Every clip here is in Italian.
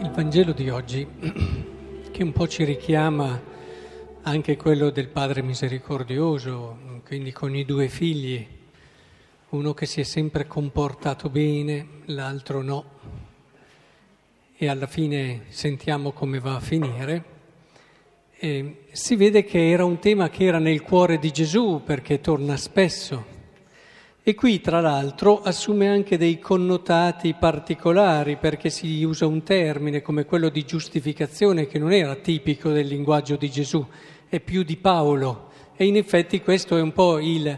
Il Vangelo di oggi, che un po' ci richiama anche quello del Padre misericordioso, quindi con i due figli, uno che si è sempre comportato bene, l'altro no, e alla fine sentiamo come va a finire. E si vede che era un tema che era nel cuore di Gesù, perché torna spesso. E qui, tra l'altro, assume anche dei connotati particolari, perché si usa un termine come quello di giustificazione che non era tipico del linguaggio di Gesù, è più di Paolo. E in effetti questo è un po'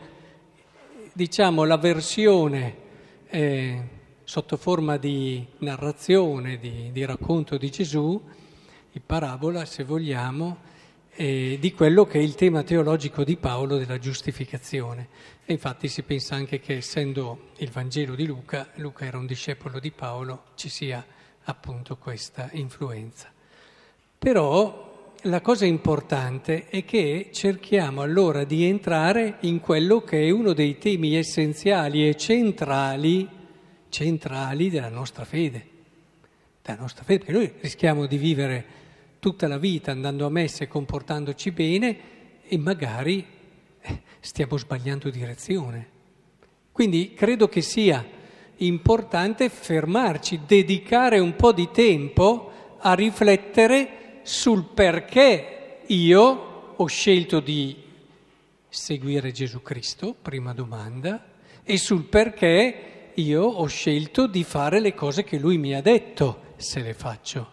la versione sotto forma di narrazione, di racconto di Gesù, di parabola, se vogliamo, di quello che è il tema teologico di Paolo della giustificazione. E infatti si pensa anche che, essendo il Vangelo di Luca, Luca era un discepolo di Paolo, ci sia appunto questa influenza. Però la cosa importante è che cerchiamo allora di entrare in quello che è uno dei temi essenziali e centrali della nostra fede. Perché noi rischiamo di vivere tutta la vita andando a messa e comportandoci bene e magari stiamo sbagliando direzione. Quindi credo che sia importante fermarci, dedicare un po' di tempo a riflettere sul perché io ho scelto di seguire Gesù Cristo, prima domanda, e sul perché io ho scelto di fare le cose che Lui mi ha detto, se le faccio.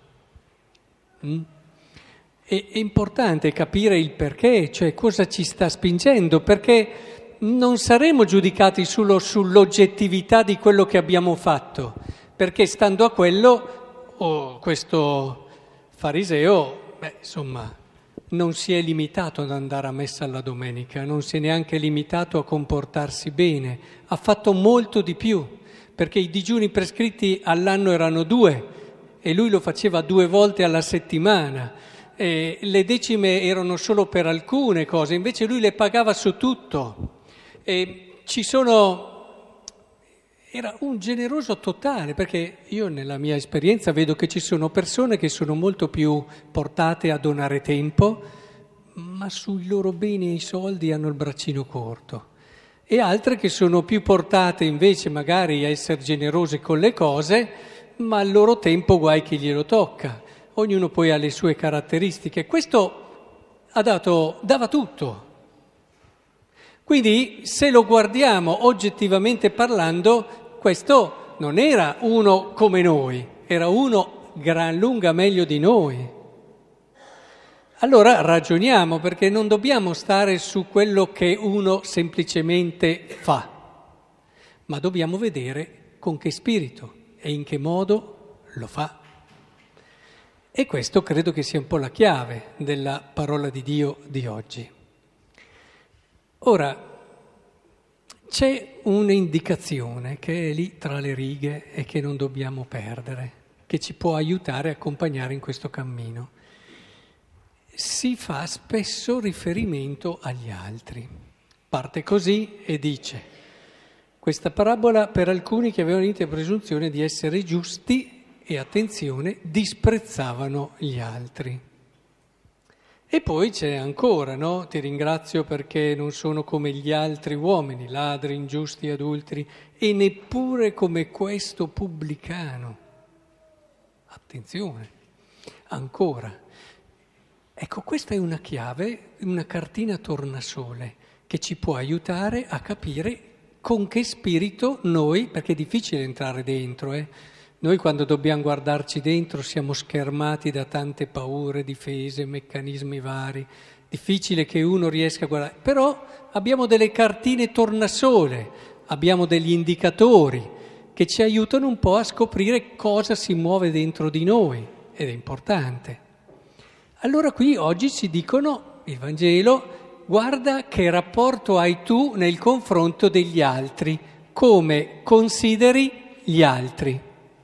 È importante capire il perché, cioè cosa ci sta spingendo, perché non saremo giudicati solo sull'oggettività di quello che abbiamo fatto, perché stando a quello, questo fariseo, non si è limitato ad andare a messa alla domenica, non si è neanche limitato a comportarsi bene, ha fatto molto di più, perché i digiuni prescritti all'anno erano 2 e lui lo faceva 2 volte alla settimana. Le decime erano solo per alcune cose, invece lui le pagava su tutto. Era un generoso totale, perché io nella mia esperienza vedo che ci sono persone che sono molto più portate a donare tempo, ma sui loro beni e i soldi hanno il braccino corto, e altre che sono più portate invece magari a essere generose con le cose, ma il loro tempo guai chi glielo tocca. Ognuno poi ha le sue caratteristiche. Questo dava tutto. Quindi, se lo guardiamo oggettivamente parlando, questo non era uno come noi, era uno gran lunga meglio di noi. Allora ragioniamo, perché non dobbiamo stare su quello che uno semplicemente fa, ma dobbiamo vedere con che spirito e in che modo lo fa. E questo credo che sia un po' la chiave della parola di Dio di oggi. Ora, c'è un'indicazione che è lì tra le righe e che non dobbiamo perdere, che ci può aiutare a accompagnare in questo cammino. Si fa spesso riferimento agli altri. Parte così e dice: questa parabola per alcuni che avevano inizio presunzione di essere giusti e, attenzione, disprezzavano gli altri. E poi c'è ancora, no? Ti ringrazio perché non sono come gli altri uomini, ladri, ingiusti, adulteri, e neppure come questo pubblicano. Attenzione, ancora. Ecco, questa è una chiave, una cartina tornasole che ci può aiutare a capire con che spirito noi, perché è difficile entrare dentro, Noi quando dobbiamo guardarci dentro siamo schermati da tante paure, difese, meccanismi vari. Difficile che uno riesca a guardare. Però abbiamo delle cartine tornasole, abbiamo degli indicatori che ci aiutano un po' a scoprire cosa si muove dentro di noi, ed è importante. Allora qui oggi ci dicono, il Vangelo, guarda che rapporto hai tu nel confronto degli altri, come consideri gli altri.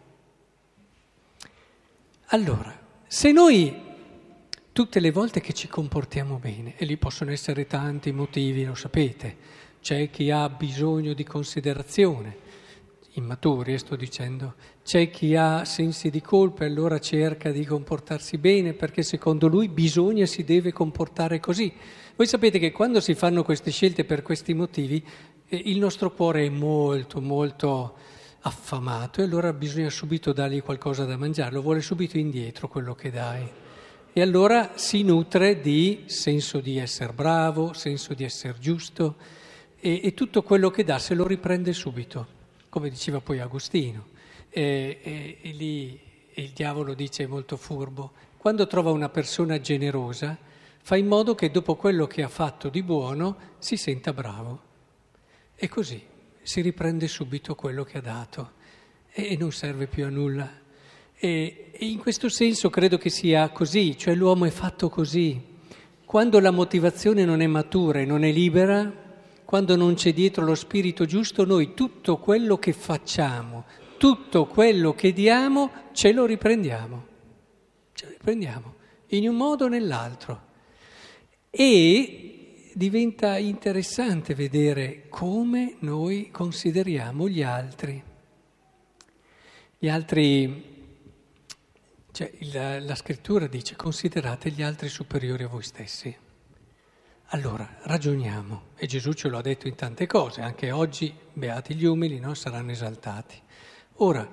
Allora, se noi tutte le volte che ci comportiamo bene, e lì possono essere tanti motivi, lo sapete, c'è chi ha bisogno di considerazione, immaturi, sto dicendo. C'è chi ha sensi di colpa e allora cerca di comportarsi bene perché secondo lui bisogna, si deve comportare così. Voi sapete che quando si fanno queste scelte per questi motivi, il nostro cuore è molto, molto affamato e allora bisogna subito dargli qualcosa da mangiare, lo vuole subito indietro quello che dai. E allora si nutre di senso di essere bravo, senso di essere giusto e tutto quello che dà se lo riprende subito, come diceva poi Agostino. E lì il diavolo dice, è molto furbo, quando trova una persona generosa fa in modo che dopo quello che ha fatto di buono si senta bravo. E così si riprende subito quello che ha dato e non serve più a nulla. E in questo senso credo che sia così, cioè l'uomo è fatto così. Quando la motivazione non è matura e non è libera, quando non c'è dietro lo spirito giusto, noi tutto quello che facciamo, tutto quello che diamo, ce lo riprendiamo. Ce lo riprendiamo, in un modo o nell'altro. E diventa interessante vedere come noi consideriamo gli altri. Gli altri... la scrittura dice considerate gli altri superiori a voi stessi. Allora ragioniamo, e Gesù ce lo ha detto in tante cose, anche oggi beati gli umili, no? Saranno esaltati. Ora,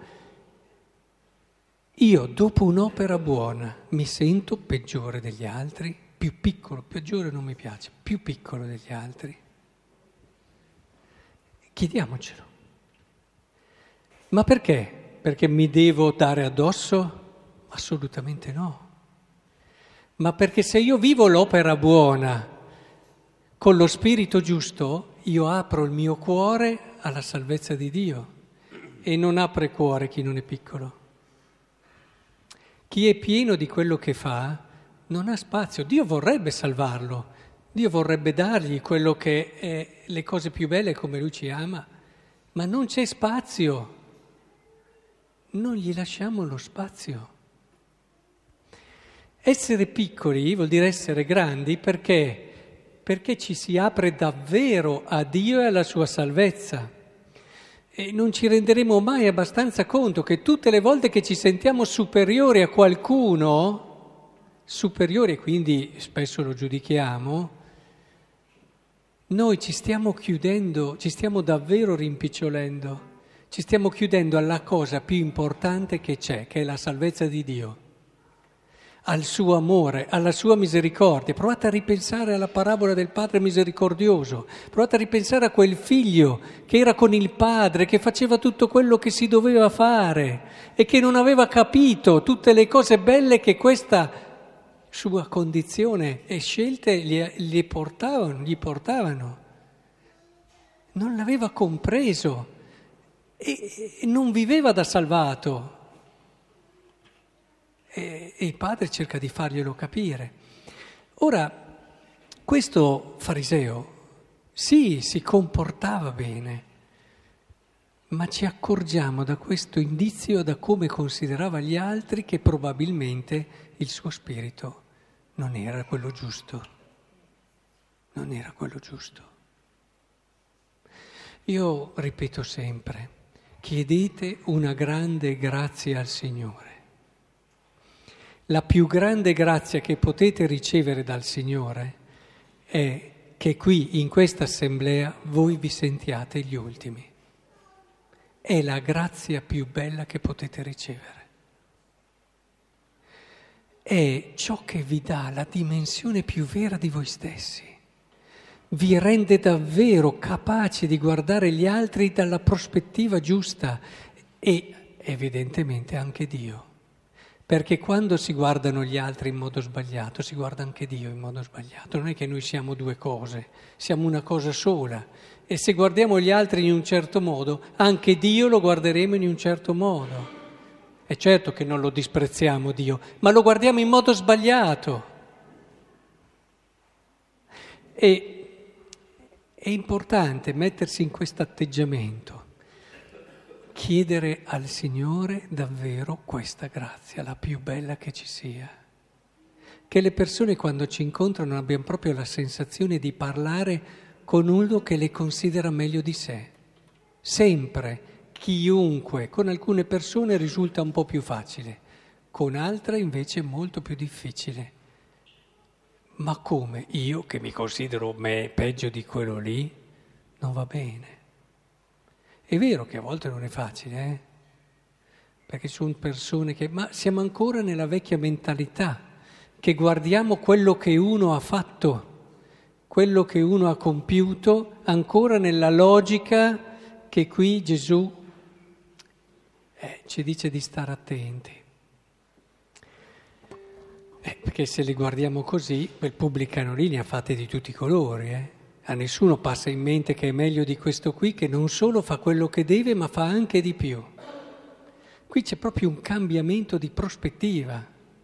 io dopo un'opera buona mi sento peggiore degli altri, più piccolo, peggiore non mi piace, più piccolo degli altri. Chiediamocelo. Ma perché? Perché mi devo dare addosso? Assolutamente no. Ma perché se io vivo l'opera buona con lo spirito giusto, io apro il mio cuore alla salvezza di Dio e non apre cuore chi non è piccolo. Chi è pieno di quello che fa non ha spazio. Dio vorrebbe salvarlo, Dio vorrebbe dargli quello che è le cose più belle come Lui ci ama, ma non c'è spazio. Non gli lasciamo lo spazio. Essere piccoli vuol dire essere grandi perché ci si apre davvero a Dio e alla sua salvezza. E non ci renderemo mai abbastanza conto che tutte le volte che ci sentiamo superiori a qualcuno, superiori e quindi spesso lo giudichiamo, noi ci stiamo chiudendo, ci stiamo davvero rimpicciolendo, ci stiamo chiudendo alla cosa più importante che c'è, che è la salvezza di Dio, al suo amore, alla sua misericordia. Provate a ripensare alla parabola del Padre misericordioso, provate a ripensare a quel figlio che era con il padre, che faceva tutto quello che si doveva fare e che non aveva capito tutte le cose belle che questa sua condizione e scelte gli portavano. Non l'aveva compreso e non viveva da salvato. E il padre cerca di farglielo capire. Ora, questo fariseo, sì, si comportava bene, ma ci accorgiamo da questo indizio, da come considerava gli altri, che probabilmente il suo spirito non era quello giusto. Non era quello giusto. Io ripeto sempre, chiedete una grande grazia al Signore. La più grande grazia che potete ricevere dal Signore è che qui, in questa assemblea, voi vi sentiate gli ultimi. È la grazia più bella che potete ricevere. È ciò che vi dà la dimensione più vera di voi stessi. Vi rende davvero capaci di guardare gli altri dalla prospettiva giusta e evidentemente anche Dio. Perché quando si guardano gli altri in modo sbagliato, si guarda anche Dio in modo sbagliato. Non è che noi siamo due cose, siamo una cosa sola. E se guardiamo gli altri in un certo modo, anche Dio lo guarderemo in un certo modo. È certo che non lo disprezziamo Dio, ma lo guardiamo in modo sbagliato. E è importante mettersi in questo atteggiamento. Chiedere al Signore davvero questa grazia, la più bella che ci sia. Che le persone quando ci incontrano abbiano proprio la sensazione di parlare con uno che le considera meglio di sé. Sempre chiunque, con alcune persone risulta un po' più facile, con altre invece è molto più difficile. Ma come? Io che mi considero me peggio di quello lì, non va bene. È vero che a volte non è facile, perché ci sono persone che... Ma siamo ancora nella vecchia mentalità, che guardiamo quello che uno ha fatto, quello che uno ha compiuto, ancora nella logica che qui Gesù ci dice di stare attenti. Perché se li guardiamo così, quel pubblicano lì ne ha fatte di tutti i colori, A nessuno passa in mente che è meglio di questo qui, che non solo fa quello che deve, ma fa anche di più. Qui c'è proprio un cambiamento di prospettiva.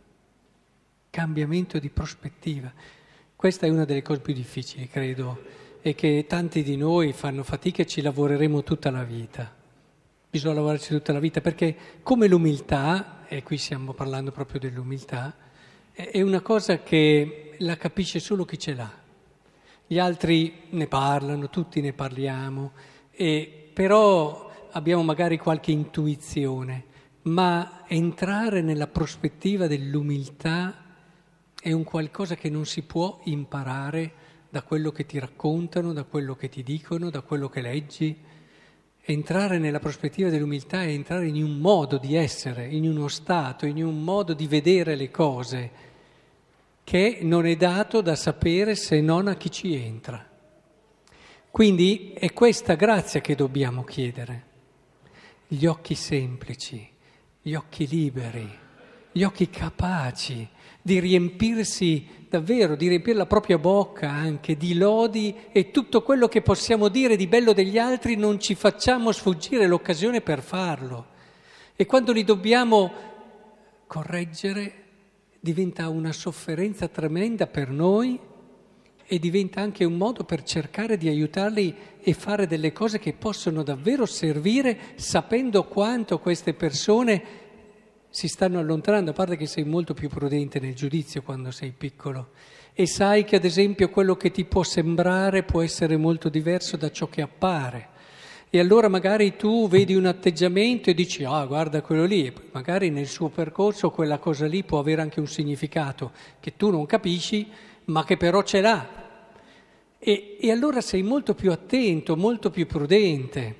Cambiamento di prospettiva. Questa è una delle cose più difficili, credo, e che tanti di noi fanno fatica e ci lavoreremo tutta la vita. Bisogna lavorarci tutta la vita, perché come l'umiltà, e qui stiamo parlando proprio dell'umiltà, è una cosa che la capisce solo chi ce l'ha. Gli altri ne parlano, tutti ne parliamo, però abbiamo magari qualche intuizione, ma entrare nella prospettiva dell'umiltà è un qualcosa che non si può imparare da quello che ti raccontano, da quello che ti dicono, da quello che leggi. Entrare nella prospettiva dell'umiltà è entrare in un modo di essere, in uno stato, in un modo di vedere le cose che non è dato da sapere se non a chi ci entra. Quindi è questa grazia che dobbiamo chiedere. Gli occhi semplici, gli occhi liberi, gli occhi capaci di riempirsi davvero, di riempire la propria bocca anche di lodi e tutto quello che possiamo dire di bello degli altri non ci facciamo sfuggire l'occasione per farlo. E quando li dobbiamo correggere diventa una sofferenza tremenda per noi e diventa anche un modo per cercare di aiutarli e fare delle cose che possono davvero servire, sapendo quanto queste persone si stanno allontanando, a parte che sei molto più prudente nel giudizio quando sei piccolo e sai che ad esempio quello che ti può sembrare può essere molto diverso da ciò che appare. E allora magari tu vedi un atteggiamento e dici, guarda quello lì, e poi magari nel suo percorso quella cosa lì può avere anche un significato che tu non capisci, ma che però ce l'ha. E allora sei molto più attento, molto più prudente.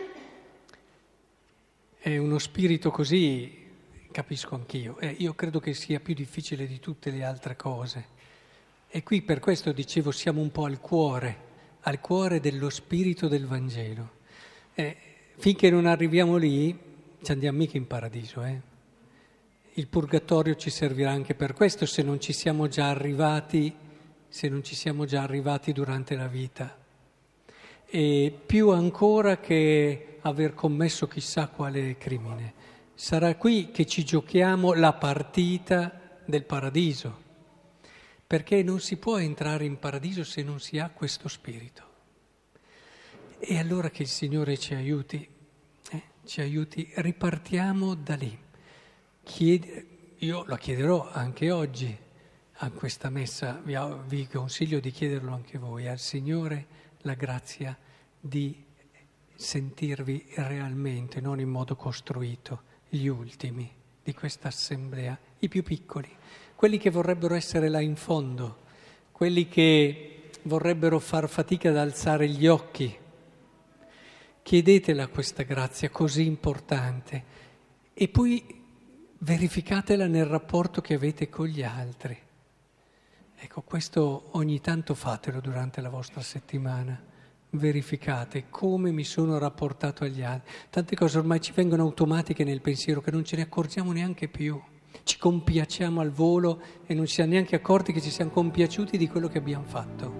È uno spirito così, capisco anch'io, io credo che sia più difficile di tutte le altre cose. E qui per questo dicevo siamo un po' al cuore dello spirito del Vangelo. Finché non arriviamo lì, ci andiamo mica in paradiso. Il purgatorio ci servirà anche per questo, se non ci siamo già arrivati durante la vita. E più ancora che aver commesso chissà quale crimine. Sarà qui che ci giochiamo la partita del paradiso, perché non si può entrare in paradiso se non si ha questo spirito. E allora che il Signore ci aiuti, ripartiamo da lì. Io lo chiederò anche oggi a questa messa, vi consiglio di chiederlo anche voi, al Signore la grazia di sentirvi realmente, non in modo costruito, gli ultimi di questa assemblea, i più piccoli, quelli che vorrebbero essere là in fondo, quelli che vorrebbero far fatica ad alzare gli occhi. Chiedetela questa grazia così importante e poi verificatela nel rapporto che avete con gli altri. Ecco, questo ogni tanto fatelo durante la vostra settimana. Verificate come mi sono rapportato agli altri. Tante cose ormai ci vengono automatiche nel pensiero che non ce ne accorgiamo neanche più. Ci compiacciamo al volo e non ci siamo neanche accorti che ci siamo compiaciuti di quello che abbiamo fatto.